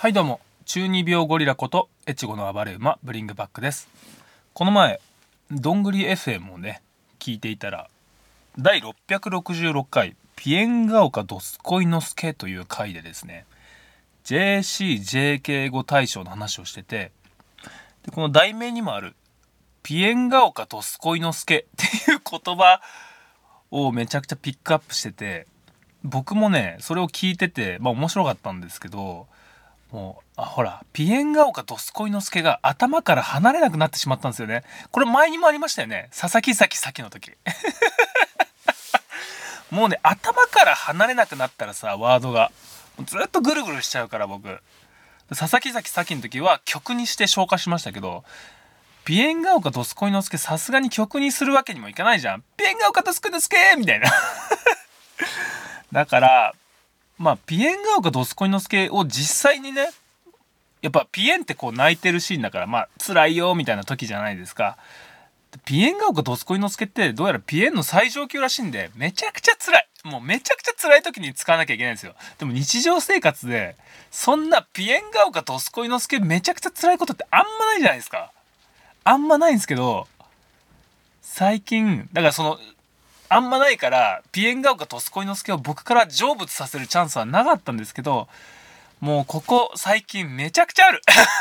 はいどうも、中二病ゴリラこと越後の暴れ馬ブリングバックです。この前どんぐり FM をね聞いていたら、第666回ピエンが丘どすこいのすけという回でですね、 JCJK 語大賞の話をしてて、でこの題名にもあるピエンが丘どすこいのすけっていう言葉をめちゃくちゃピックアップしてて、僕もねそれを聞いてて面白かったんですけど、もうほらピエンが丘どすこいのすけが頭から離れなくなってしまったんですよね。これ前にもありましたよね、佐々木咲の時もうね頭から離れなくなったらさ、ワードがずっとぐるぐるしちゃうから、僕佐々木咲の時は曲にして消化しましたけど、ピエンが丘どすこいのすけさすがに曲にするわけにもいかないじゃん。ピエンが丘どすこいのすけみたいなだからピエンが丘どすこいのすけを実際にね、やっぱピエンってこう泣いてるシーンだから辛いよみたいな時じゃないですか。ピエンが丘どすこいのすけってどうやらピエンの最上級らしいんで、めちゃくちゃ辛い、もうめちゃくちゃ辛い時に使わなきゃいけないんですよ。でも日常生活でそんなピエンが丘どすこいのすけめちゃくちゃ辛いことってあんまないじゃないですか。あんまないんですけど、最近だからあんまないから、ピエンが丘どすこいのすけを僕から成仏させるチャンスはなかったんですけど、もうここ最近めちゃくちゃある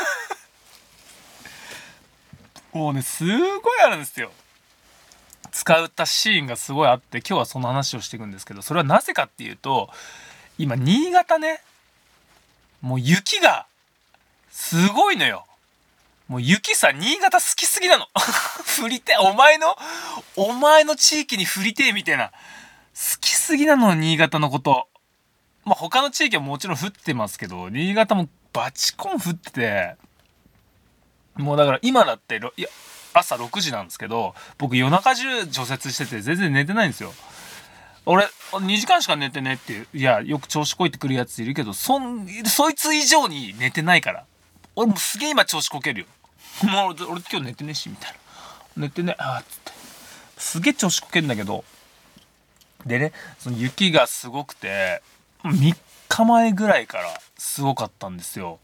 もうねすごいあるんですよ。使ったシーンがすごいあって、今日はその話をしていくんですけど、それはなぜかっていうと、今新潟ね、もう雪がすごいのよ。もう雪さ、新潟好きすぎなの降りて、お前の地域に降りてみたいな、好きすぎなの新潟のこと。他の地域はもちろん降ってますけど、新潟もバチコン降ってて、もうだから今だって朝6時なんですけど、僕夜中中除雪してて全然寝てないんですよ。俺2時間しか寝てねっていう、いやよく調子こいてくるやついるけど、そいつ以上に寝てないから。俺もすげえ今調子こけるよ。もう俺今日寝てねえしみたいな、寝てねっつってすげえ調子こけるんだけど、でね、その雪がすごくて3日前ぐらいからすごかったんですよ。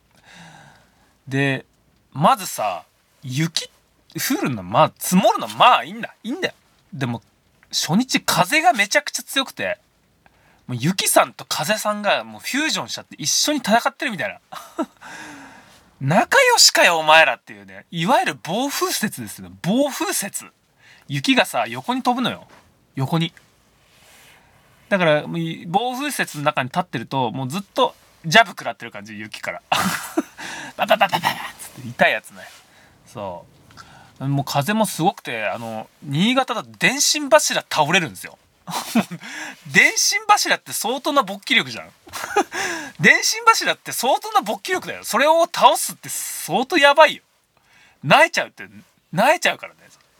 でまずさ、雪降るの積もるのいいんだよ。でも初日風がめちゃくちゃ強くて、もう雪さんと風さんがもうフュージョンしちゃって一緒に戦ってるみたいな仲良しかよお前らっていうね、いわゆる暴風雪ですよ。暴風雪。雪がさ横に飛ぶのよ、横に。だから暴風雪の中に立ってるともうずっとジャブ食らってる感じ、雪からババババババッつって痛いやつね。そうもう風もすごくて、新潟だと電信柱倒れるんですよ電信柱って相当な勃起力じゃん電信柱って相当な勃起力だよ。それを倒すって相当やばいよ。萎えちゃうからね。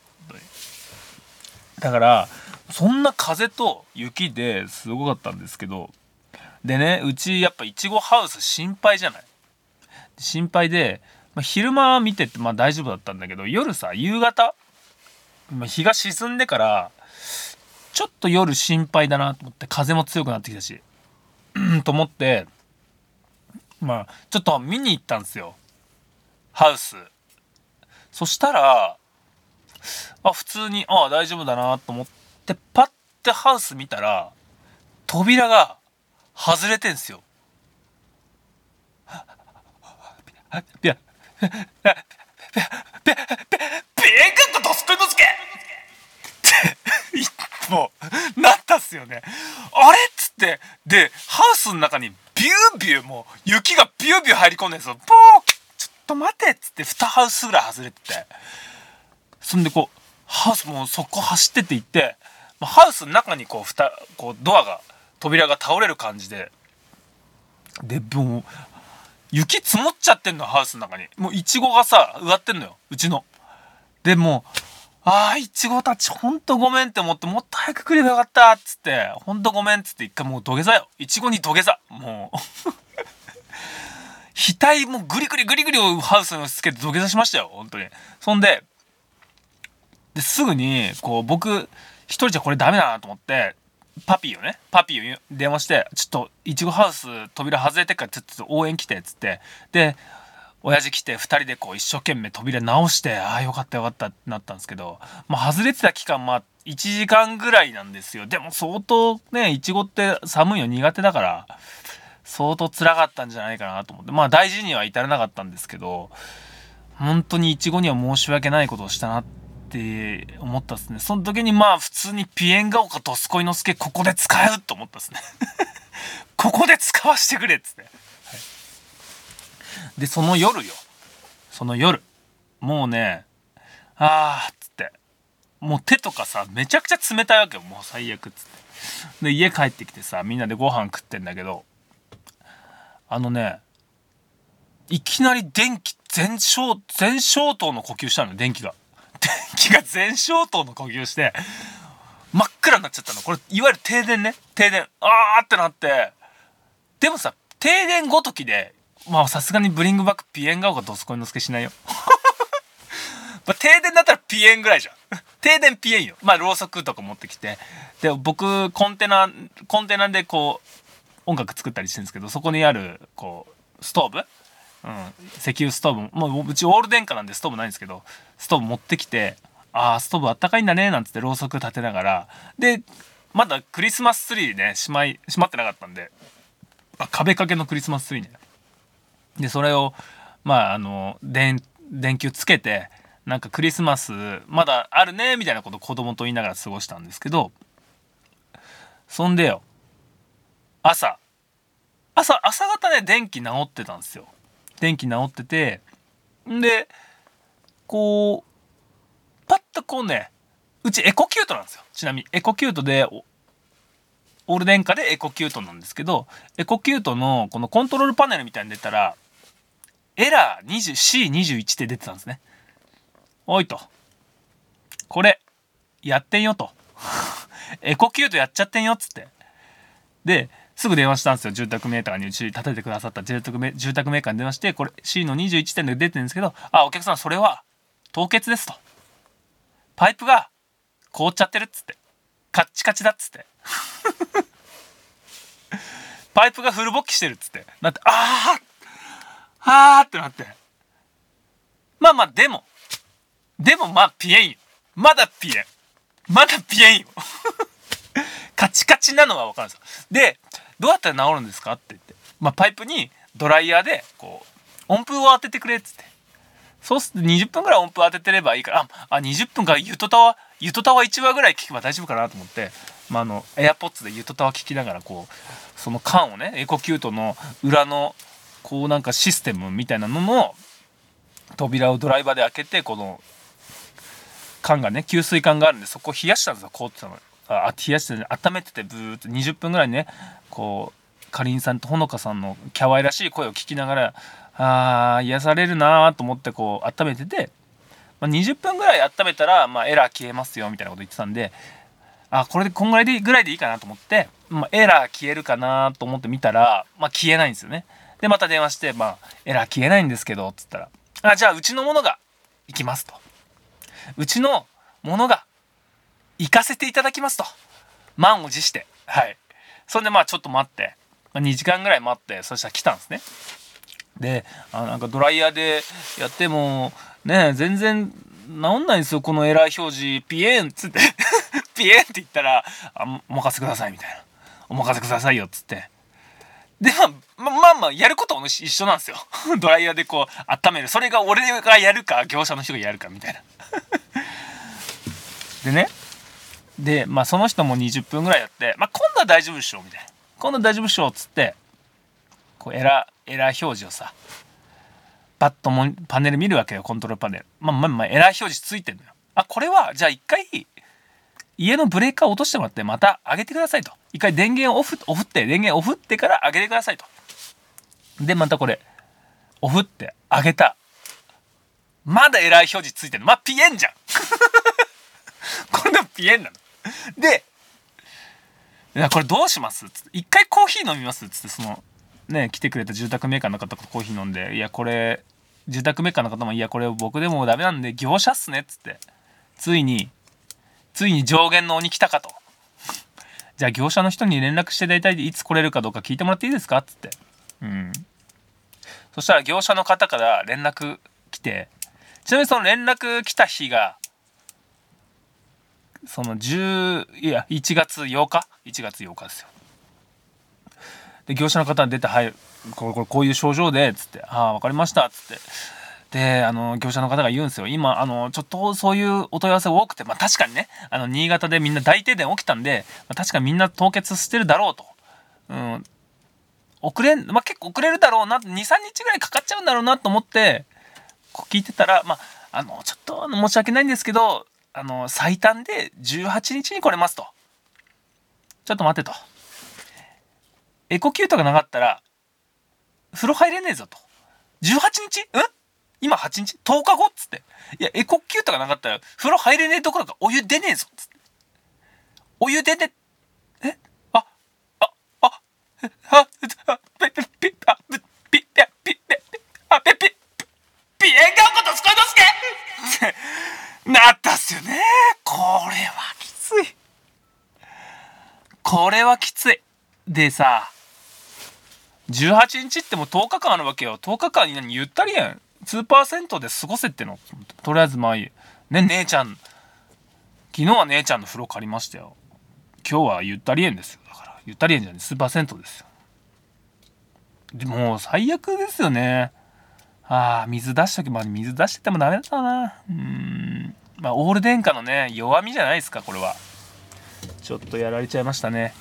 だからそんな風と雪ですごかったんですけど、でね、うちやっぱいちごハウス心配じゃない。心配で、昼間見てて大丈夫だったんだけど、夜さ、夕方、日が沈んでからちょっと夜心配だなと思って、風も強くなってきたしと思って、ちょっと見に行ったんですよ、ハウス。そしたら普通に大丈夫だなと思ってパッてハウス見たら、扉が外れてんすよ。いやビエンガンとドスコイのつけってもうなったっすよね。あれっつって、でハウスの中にビュービュー、もう雪がビュービュー入り込んでんですよ。ちょっと待てっつって2ハウスぐらい外れてて、そんでハウスもうそこ走ってって行って、ハウスの中にドアが扉が倒れる感じで、もう雪積もっちゃってんの、ハウスの中に。もうイチゴがさ植わってんのよ、うちの。でもイチゴたちほんとごめんって思って、もっと早く来ればよかったっつって、ほんとごめんっつって一回もう土下座よ。イチゴに土下座、もう額もグリグリグリグリをハウスにつけて土下座しましたよ、本当に。そんですぐに僕一人じゃこれダメだなと思って、 パピーに電話して、ちょっといちごハウス扉外れてからちょっと応援来てっつって、で親父来て2人でこう一生懸命扉直して、ああよかったよかったってなったんですけど、まあ外れてた期間1時間ぐらいなんですよ。でも相当ね、いちごって寒いの苦手だから相当辛かったんじゃないかなと思って、まあ大事には至らなかったんですけど、本当にいちごには申し訳ないことをしたなって思ったっすね。その時にまあ普通にピエンが丘どすこいのすけここで使うと思ったっすね。ここで使わせてくれっつって、はい、でその夜もうね、っつって、もう手とかさめちゃくちゃ冷たいわけよ。もう最悪っつって、で家帰ってきてさ、みんなでご飯食ってんだけど、いきなり電気全消灯の呼吸したのよ。電気が全消灯の呼吸して真っ暗になっちゃったの。これいわゆる停電ね。停電ってなって、でもさ停電ごときでまあさすがにブリングバックピエンが丘どすこいのすけしないよ。まあ、停電だったらピエンぐらいじゃん。停電ピエンよ。まあろうそくとか持ってきて、で僕コンテナでこう音楽作ったりしてるんですけど、そこにあるこうストーブ、石油ストーブ、もううちオール電化なんでストーブないんですけど、ストーブ持ってきて、ストーブあったかいんだねなんつってろうそく立てながら、でまだクリスマスツリーね閉まってなかったんで、壁掛けのクリスマスツリーね。でそれを電球つけて、なんかクリスマスまだあるねみたいなことを子供と言いながら過ごしたんですけど、そんでよ、朝方ね電気直ってたんですよ。電気直ってて、んでこうパッとこうね、うちエコキュートなんですよ。ちなみにエコキュートでオール電化でエコキュートなんですけど、エコキュートのこのコントロールパネルみたいに出たらエラー C21 って出てたんですね。おいと、これやってんよとエコキュートやっちゃってんよっつって、ですぐ電話したんですよ。住宅メーカーに、うち建ててくださった住宅メーカーに電話して、これ C の21点で出てるんですけど、お客さんそれは凍結ですと、パイプが凍っちゃってるっつって、カッチカチだっつってパイプがフル勃起してるっつってなって、ってなって、でもピエンよ。まだピエンよカチカチなのは分かるんですよ。でどうやったら治るんですかって言って、パイプにドライヤーでこう温風を当ててくれっつって、そうすると20分ぐらい温風当ててればいいから、20分からゆとたわ1話ぐらい聞けば大丈夫かなと思って、エアポッツでゆとたわ聞きながら、こうその缶をね、エコキュートの裏のこうなんかシステムみたいなのの扉をドライバーで開けて、この缶がね、給水管があるんでそこを冷やしたんですよ。凍ってたの冷やして、ね、温めてて、ブーって20分ぐらいね、こうかりんさんとほのかさんのキャワイらしい声を聞きながら、癒されるなと思ってこう温めてて、20分ぐらい温めたら、エラー消えますよみたいなこと言ってたんで、これでこんぐらいでいいかなと思って、エラー消えるかなと思って見たら、消えないんですよね。でまた電話して、エラー消えないんですけどっつったら、じゃあうちのものが行きますと、うちのものが行かせていただきますと、満を持して、それでちょっと待って、2時間ぐらい待って、そしたら来たんですね。でなんかドライヤーでやってもね全然治んないんですよ、このエラー表示ピエンっつってピエンって言ったら、お任せくださいみたいな、お任せくださいよっつって、でやることも一緒なんですよドライヤーでこう温める、それが俺がやるか業者の人がやるかみたいなでね、その人も20分ぐらいやって、今度は大丈夫でしょみたいな、今度は大丈夫でしょっつって、こうエラー表示をさ、パッとパネル見るわけよ、コントロールパネル。エラー表示ついてんのよ。これはじゃあ一回家のブレーカーを落としてもらってまた上げてくださいと、一回電源オフってから上げてくださいと。でまたこれオフって上げた、まだエラー表示ついてるの。ピエンじゃんこれでもピエンなので、これどうしますっつって、一回コーヒー飲みますっつって、そのね来てくれた住宅メーカーの方とコーヒー飲んで、これ住宅メーカーの方もこれ僕でもダメなんで業者っすねっつって、ついに上限の鬼来たかとじゃあ業者の人に連絡して大体いつ来れるかどうか聞いてもらっていいですかっつって、そしたら業者の方から連絡来て、ちなみにその連絡来た日がその1月8日1月8日ですよ。で業者の方が出て、はいこういう症状でつって、ああ分かりましたっつって、で業者の方が言うんですよ。今ちょっとそういうお問い合わせが多くて、確かにね新潟でみんな大停電起きたんで、確かにみんな凍結してるだろうと、結構遅れるだろうな、 2,3 日ぐらいかかっちゃうんだろうなと思って聞いてたら、ちょっと申し訳ないんですけど最短で18日に来れますと。ちょっと待ってと、エコキュートがなかったら風呂入れねえぞと。18日今8日10日後っつって、いやエコキュートがなかったら風呂入れねえどころかお湯出ねえぞっつって、お湯出てなったっすよね。これはきついでさ、18日ってもう10日間あるわけよ。10日間に何ゆったりやん 2% で過ごせっての。とりあえずまあいいね。姉ちゃん昨日は姉ちゃんの風呂借りましたよ。今日はゆったり園ですよ。だからゆったり園じゃない数パーセントですよ。でもう最悪ですよね。水出しとけば、水出しててもダメだな。オール電化のね弱みじゃないですかこれは。ちょっとやられちゃいましたね。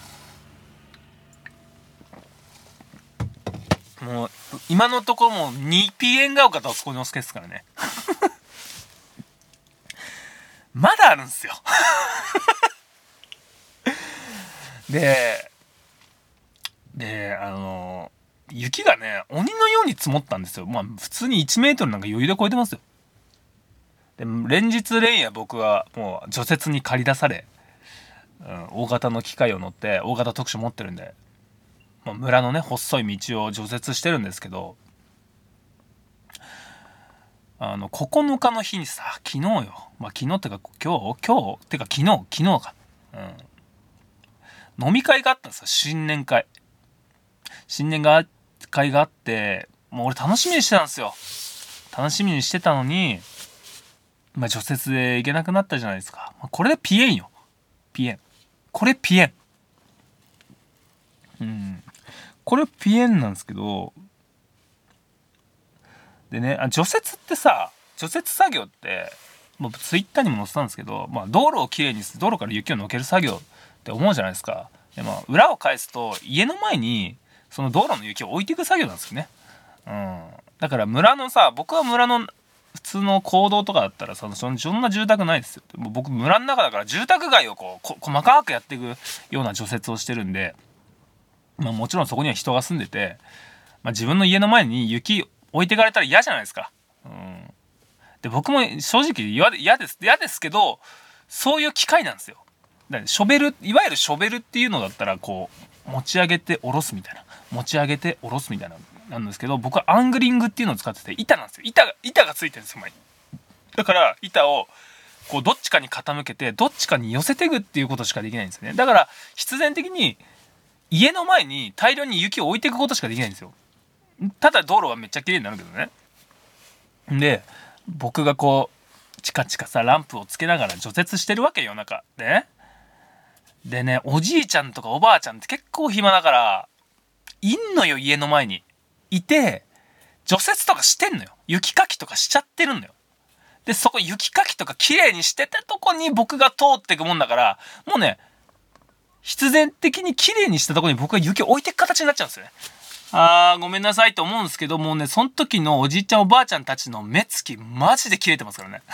もう今のところもう 2PM が丘とそこのすけですからねまだあるんすよで雪がね鬼のように積もったんですよ。普通に1メートルなんか余裕で超えてますよ。で連日連夜僕はもう除雪に駆り出され、大型の機械を乗って大型特殊持ってるんで、村のね細い道を除雪してるんですけど、9日の日にさ、昨日よ、昨日ってか今日ってか昨日か、飲み会があったんですよ。新年会があって、もう俺楽しみにしてたんですよ。楽しみにしてたのに除雪で行けなくなったじゃないですか。これでピエンよ、これピエン、これピエンなんですけど、でね除雪ってさ、除雪作業ってツイッターにも載せたんですけど、道路をきれいにする、道路から雪をのける作業って思うじゃないですか。で裏を返すと家の前にその道路の雪を置いていく作業なんですよね。だから僕は村の普通の公道とかだったらそんな住宅ないですよ。僕村の中だから住宅街を細かくやっていくような除雪をしてるんで、もちろんそこには人が住んでて、自分の家の前に雪置いてかれたら嫌じゃないですか。で僕も正直嫌ですけど、そういう機械なんですよ。だからいわゆるショベルっていうのだったら持ち上げて下ろすみたいななんですけど、僕はアングリングっていうのを使ってて、板なんですよ。板がついてるんですよ前に。だから板をどっちかに傾けてどっちかに寄せていくっていうことしかできないんですよね。だから必然的に家の前に大量に雪を置いていくことしかできないんですよ。ただ道路はめっちゃ綺麗になるけどね。で僕がチカチカさランプをつけながら除雪してるわけよ、夜中でね、おじいちゃんとかおばあちゃんって結構暇だからいんのよ、家の前にいて除雪とかしてんのよ。雪かきとかしちゃってるんだよ。でそこ雪かきとか綺麗にしてたとこに僕が通っていくもんだから、もうね必然的に綺麗にしたとこに僕が雪を置いていく形になっちゃうんですよね。ごめんなさいと思うんですけど、もうねその時のおじいちゃんおばあちゃんたちの目つきマジで切れてますからね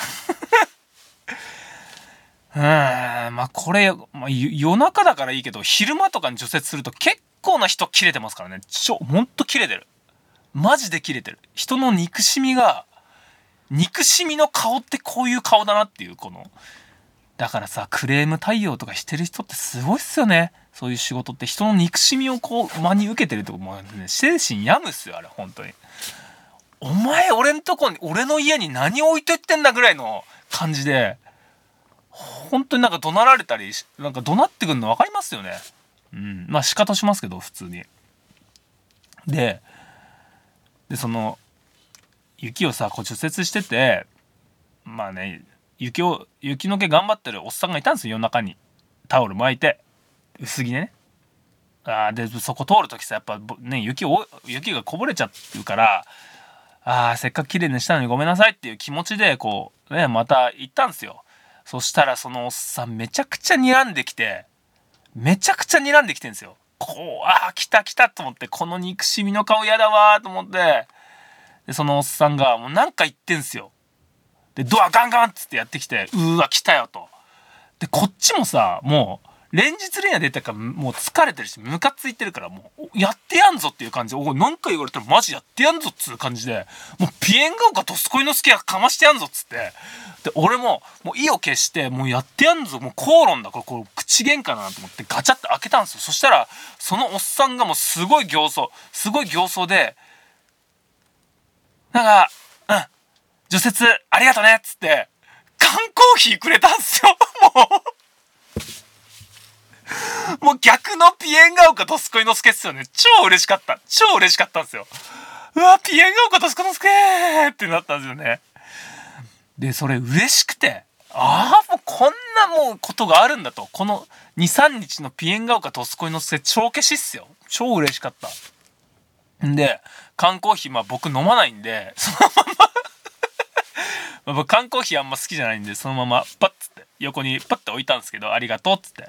これ、夜中だからいいけど昼間とかに除雪すると結構な人切れてますからね。ほんと切れてる、マジで切れてる。人の憎しみの顔ってこういう顔だなっていう。だからさ、クレーム対応とかしてる人ってすごいっすよね。そういう仕事って人の憎しみを真に受けてるってこと、もうね精神病むっすよあれ本当に。お前俺の家に何置いといてんだぐらいの感じで、 本当になんか怒鳴られたりなんか怒鳴ってくるの分かりますよね。まあ仕方しますけど普通に。でその雪をさこう除雪してて、まあね雪の毛頑張ってるおっさんがいたんですよ、夜中にタオル巻いて薄着でね。でそこ通る時さやっぱね雪がこぼれちゃうから、せっかく綺麗にしたのにごめんなさいっていう気持ちでこうねまた行ったんですよ。そしたらそのおっさんめちゃくちゃ睨んできてんですよ。こう来たと思って、この憎しみの顔やだわと思って、でそのおっさんがもうなんか言ってんすよ。でドアガンガンっつってやってきて、うわ来たよと。でこっちもさもう連日連夜出たからもう疲れてるしムカついてるから、もうやってやんぞっていう感じで、何回言われたらマジやってやんぞっつう感じで、もうピエンガオカドスコイノスケがかましてやんぞっつって、で俺も意を決してもうやってやんぞ、もう口論だ、これ口喧嘩だなと思ってガチャって開けたんですよ。そしたらそのおっさんがもうすごい形相でなんか除雪ありがとねっつって缶コーヒーくれたんすよ。もう逆のピエンガオカドスコイノスケっすよね。超嬉しかったんですよ。うわピエンガオカドスコイノスケーってなったんですよね。でそれ嬉しくて、もうこんなもうことがあるんだと、この 2,3 日のピエンガオカドスコイノスケ超消しっすよ。超嬉しかった。んで缶コーヒー僕飲まないんでそのまま僕缶コーヒーあんま好きじゃないんでそのままパッつって横にパッて置いたんですけど、ありがとうっつって、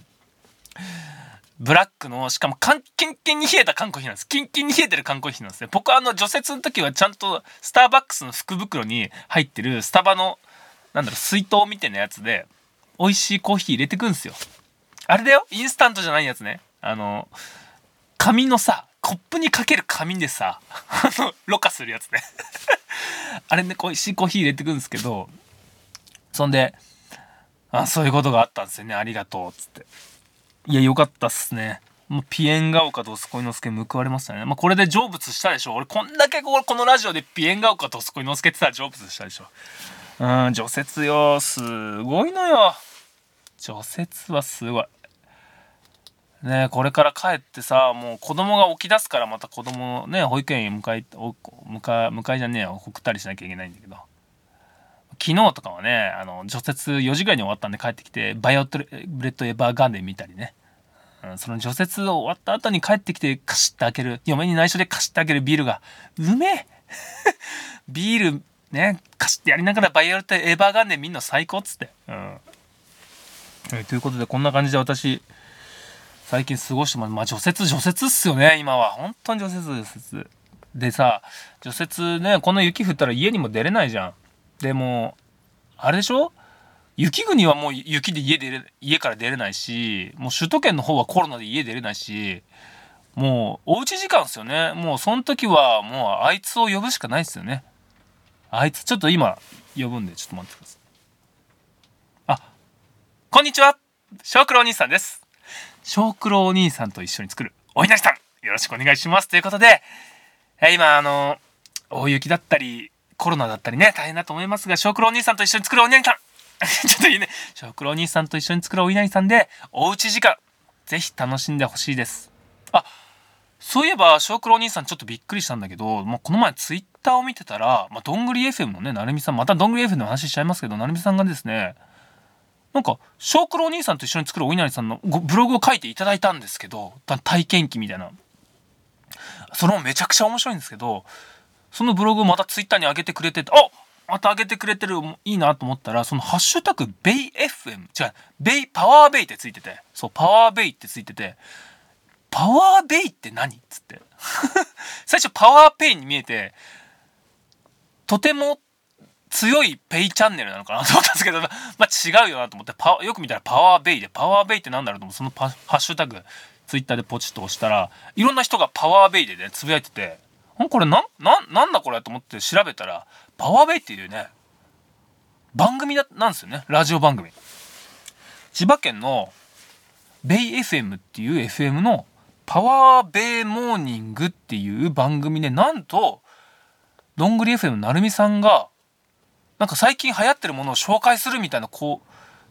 ブラックのしかもキンキンに冷えた缶コーヒーなんです。キンキンに冷えてる缶コーヒーなんですね。僕除雪の時はちゃんとスターバックスの福袋に入ってるスタバの水筒みたいなやつで美味しいコーヒー入れてくんですよ。あれだよ、インスタントじゃないやつね。紙のさコップにかける紙でさろ過するやつねあれね美味しいコーヒー入れてくんですけど、そんでそういうことがあったんですよね、ありがとうっつって。いやよかったっすね。もうピエンガオカドスコイノスケ報われましたね。これで成仏したでしょ。俺こんだけこのラジオでピエンガオカドスコイノスケって言ったら成仏したでしょ。除雪よすごいのよ。除雪はすごいね。これから帰ってさもう子供が起き出すから、また子供ね保育園に迎えじゃねえよ送ったりしなきゃいけないんだけど、昨日とかはね除雪4時ぐらいに終わったんで帰ってきてバイオレット・エヴァーガーデン見たりね、その除雪終わった後に帰ってきてカシッて開ける、嫁に内緒でカシッて開けるビールがうめえビールねカシッてやりながらバイオレット・エヴァーガーデン見んの最高っつって、ということでこんな感じで私最近過ごしてます。除雪っすよね今は。本当に除雪でさ、除雪ねこの雪降ったら家にも出れないじゃん。でもあれでしょ、雪国はもう雪で家から出れないし、もう首都圏の方はコロナで家出れないし、もうおうち時間ですよね。もうその時はもうあいつを呼ぶしかないですよね。あいつちょっと今呼ぶんでちょっと待ってください。こんにちは、小九郎お兄さんです。小九郎お兄さんと一緒に作るお稲荷さんよろしくお願いしますということで、今大雪だったりコロナだったりね大変だと思いますが、小九郎お兄さんと一緒に作るお稲荷さんちょっといいね、小九郎お兄さんと一緒に作るお稲荷さんでおうち時間ぜひ楽しんでほしいです。そういえば小九郎お兄さんちょっとびっくりしたんだけど、この前ツイッターを見てたら、どんぐり FM のねなるみさん、またどんぐり FM の話しちゃいますけど、なるみさんがですねなんか小九郎お兄さんと一緒に作るお稲荷さんのブログを書いていただいたんですけど、体験記みたいな、それもめちゃくちゃ面白いんですけど、そのブログをまたツイッターに上げてくれてて、また上げてくれてる、いいなと思ったら、そのハッシュタグベイ FM パワーベイってついてて、そうパワーベイってついてて、パワーベイって何っつって最初パワーペイに見えて、とても強いペイチャンネルなのかなと思ったんですけど、違うよなと思って、よく見たらパワーベイで、パワーベイってなんだろうと思って、そのハッシュタグツイッターでポチッと押したら、いろんな人がパワーベイでねつぶやいてて、これなんだこれと思って調べたら、パワーベイっていうね番組なんですよね。ラジオ番組。千葉県のベイ FM っていう FM のパワーベイモーニングっていう番組で、なんとどんぐり FM のなるみさんがなんか最近流行ってるものを紹介するみたいな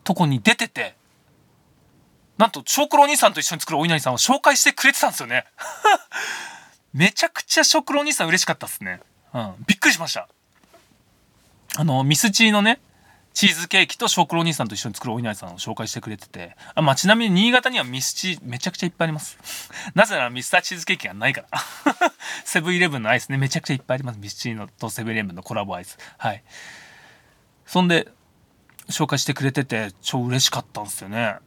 とこに出てて、なんとショークロお兄さんと一緒に作るお稲荷さんを紹介してくれてたんですよね。めちゃくちゃショークロお兄さん嬉しかったっすね。びっくりしました。ミスチーのねチーズケーキとショークロお兄さんと一緒に作るお稲荷さんを紹介してくれてて、ちなみに新潟にはミスチーめちゃくちゃいっぱいあります。なぜならミスターチーズケーキがないから。セブンイレブンのアイスね、めちゃくちゃいっぱいあります。ミスチーのとセブンイレブンのコラボアイス。はい。そんで紹介してくれてて超嬉しかったんですよね。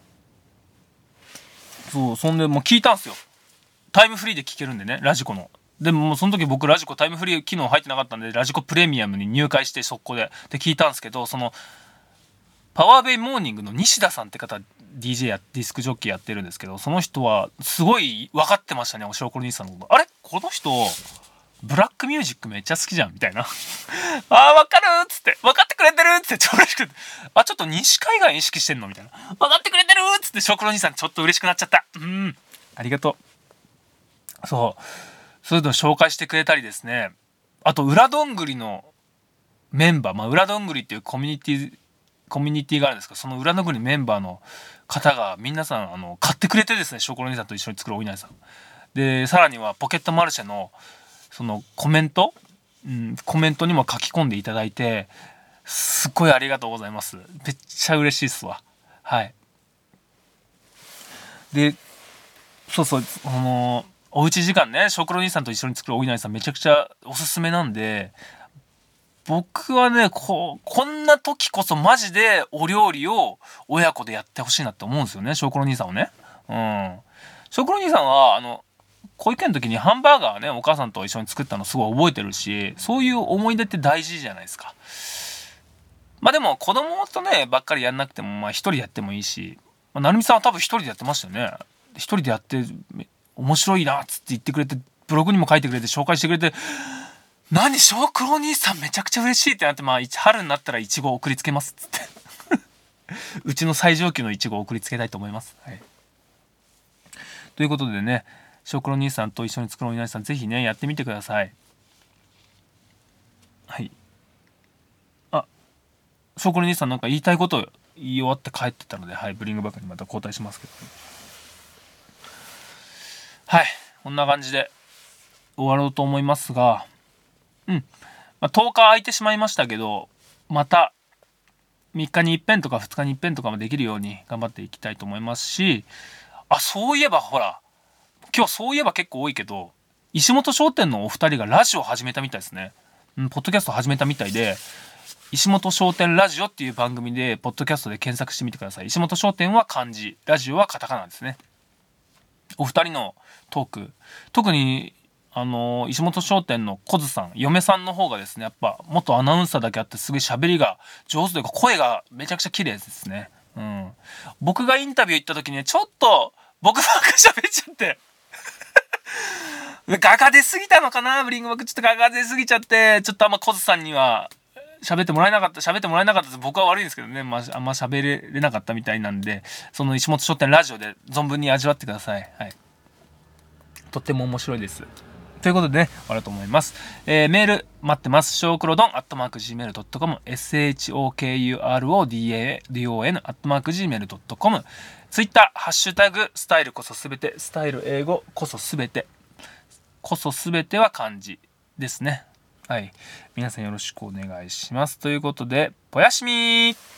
そう、そんでもう聞いたんすよ。タイムフリーで聞けるんでね、ラジコの。でもその時僕ラジコタイムフリー機能入ってなかったんで、ラジコプレミアムに入会して速攻で聞いたんですけど、そのパワーベイモーニングの西田さんって方 DJ やディスクジョッキーやってるんですけど、その人はすごい分かってましたね、おしろころ兄さんのこと。あれこの人ブラックミュージックめっちゃ好きじゃんみたいな。分かるっつって、分かってくれてるっつって超嬉しくて、ちょっと西海岸意識してんのみたいな、分かってくれてるっつって、しょうころ兄さんちょっと嬉しくなっちゃった。ありがとう。そういうのを紹介してくれたりですね。あと裏どんぐりのメンバー、裏どんぐりっていうコミュニティがあるんですけど、その裏どんぐりメンバーの方が皆さん買ってくれてですね、しょうころ兄さんと一緒に作るお稲荷さんで、さらにはポケットマルシェのそのコメントにも書き込んでいただいて、すっごいありがとうございます。めっちゃ嬉しいっすわ。はい。で、おうち時間ね、しょうころ兄さんと一緒に作るお稲荷さんめちゃくちゃおすすめなんで、僕はね、こんな時こそマジでお料理を親子でやってほしいなって思うんですよね、しょうころ兄さんをね。しょうころ兄さんは保育園の時にハンバーガーね、お母さんと一緒に作ったのすごい覚えてるし、そういう思い出って大事じゃないですか。でも子供とねばっかりやんなくても一人でやってもいいし、なるみさんは多分一人でやってましたよね。一人でやって面白いなっつって言ってくれて、ブログにも書いてくれて紹介してくれて、何しょうくろ兄さんめちゃくちゃ嬉しいってなって、春になったらイチゴを送りつけますっつってうちの最上級のイチゴを送りつけたいと思います。はい、ということでね、しょうくろ兄さんと一緒に作るお稲荷さんぜひねやってみてください。はい。しょうころ兄さんなんか言いたいことを言い終わって帰ってたので、はい、ブリングバックにまた交代しますけど、はい、こんな感じで終わろうと思いますが、10日空いてしまいましたけど、また3日に一遍とか2日に一遍とかもできるように頑張っていきたいと思いますし、そういえばほら、今日そういえば結構多いけど、石本商店のお二人がラジオを始めたみたいですね。ポッドキャスト始めたみたいで、石本商店ラジオっていう番組でポッドキャストで検索してみてください。石本商店は漢字、ラジオはカタカナですね。お二人のトーク、特に石本商店の小津さん、嫁さんの方がですね、やっぱ元アナウンサーだけあってすごい喋りが上手というか、声がめちゃくちゃ綺麗ですね。僕がインタビュー行った時にね、ちょっと僕ばっか喋っちゃってガガ出すぎたのかな、ブリングバックちょっとガガ出すぎちゃって、ちょっとあんま小津さんには喋ってもらえなかったです。僕は悪いんですけどね、あんま喋れなかったみたいなんで、その石本書店ラジオで存分に味わってください。はい。とっても面白いです。ということでね、終わると思います。メール待ってます。しょうくろどん@gmail.com、shokuro.don @gmail.com、ツイッターハッシュタグスタイルこそすべて、スタイル英語こそすべては漢字ですね。はい、皆さんよろしくお願いします。ということで、ぽやしみー。